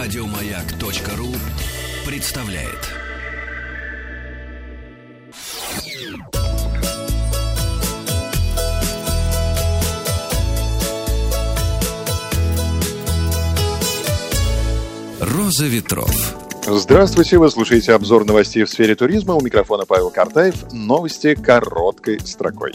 Радиомаяк.ру представляет. Роза ветров. Здравствуйте, вы слушаете обзор новостей в сфере туризма. У микрофона Павел Картаев. Новости короткой строкой.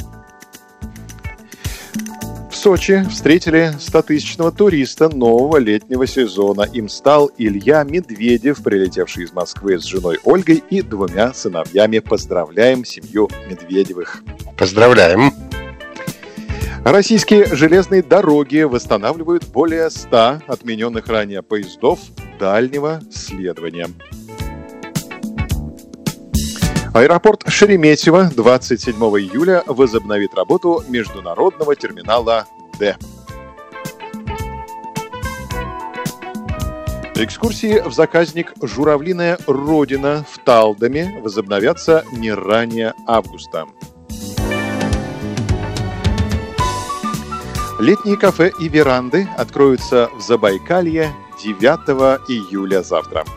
В Сочи встретили 100-тысячного туриста нового летнего сезона. Им стал Илья Медведев, прилетевший из Москвы с женой Ольгой и 2 сыновьями. Поздравляем семью Медведевых. Поздравляем. Российские железные дороги восстанавливают более 100 отмененных ранее поездов дальнего следования. Аэропорт Шереметьево 27 июля возобновит работу международного терминала «Д». Экскурсии в заказник «Журавлиная Родина» в Талдоме возобновятся не ранее августа. Летние кафе и веранды откроются в Забайкалье 9 июля завтра.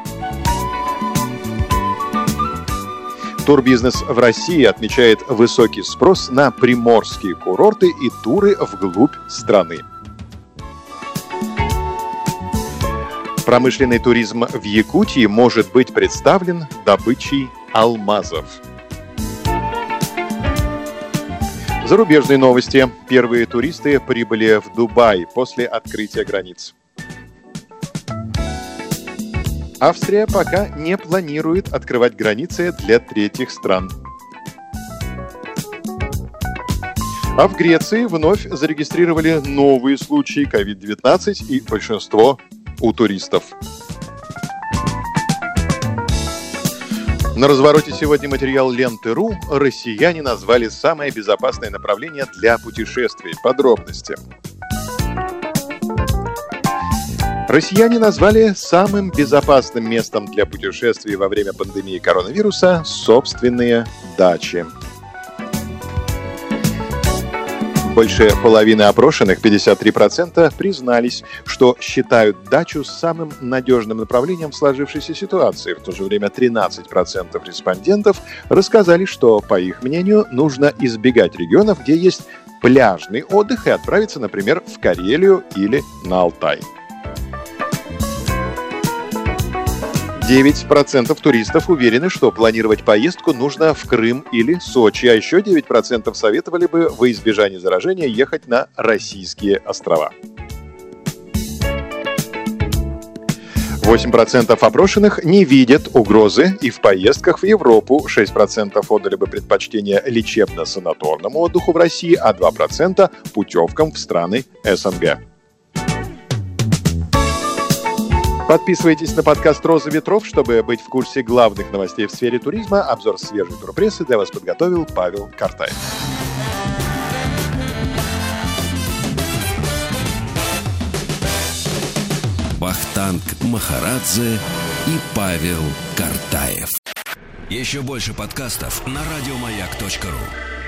Турбизнес в России отмечает высокий спрос на приморские курорты и туры вглубь страны. Промышленный туризм в Якутии может быть представлен добычей алмазов. Зарубежные новости. Первые туристы прибыли в Дубай после открытия границ. Австрия пока не планирует открывать границы для третьих стран. А в Греции вновь зарегистрировали новые случаи COVID-19 и большинство у туристов. На развороте сегодня материал Ленты.ру. Россияне назвали самое безопасное направление для путешествий. Подробности. Россияне назвали самым безопасным местом для путешествий во время пандемии коронавируса собственные дачи. Больше половины опрошенных, 53%, признались, что считают дачу самым надежным направлением в сложившейся ситуации. В то же время 13% респондентов рассказали, что, по их мнению, нужно избегать регионов, где есть пляжный отдых, и отправиться, например, в Карелию или на Алтай. 9% туристов уверены, что планировать поездку нужно в Крым или Сочи, а еще 9% советовали бы во избежание заражения ехать на российские острова. 8% опрошенных не видят угрозы и в поездках в Европу, 6% отдали бы предпочтение лечебно-санаторному отдыху в России, а 2% путевкам в страны СНГ. Подписывайтесь на подкаст «Роза ветров», чтобы быть в курсе главных новостей в сфере туризма. Обзор свежей турпрессы для вас подготовил Павел Картаев. Вахтанг Махарадзе и Павел Картаев. Еще больше подкастов на радиомаяк.ру.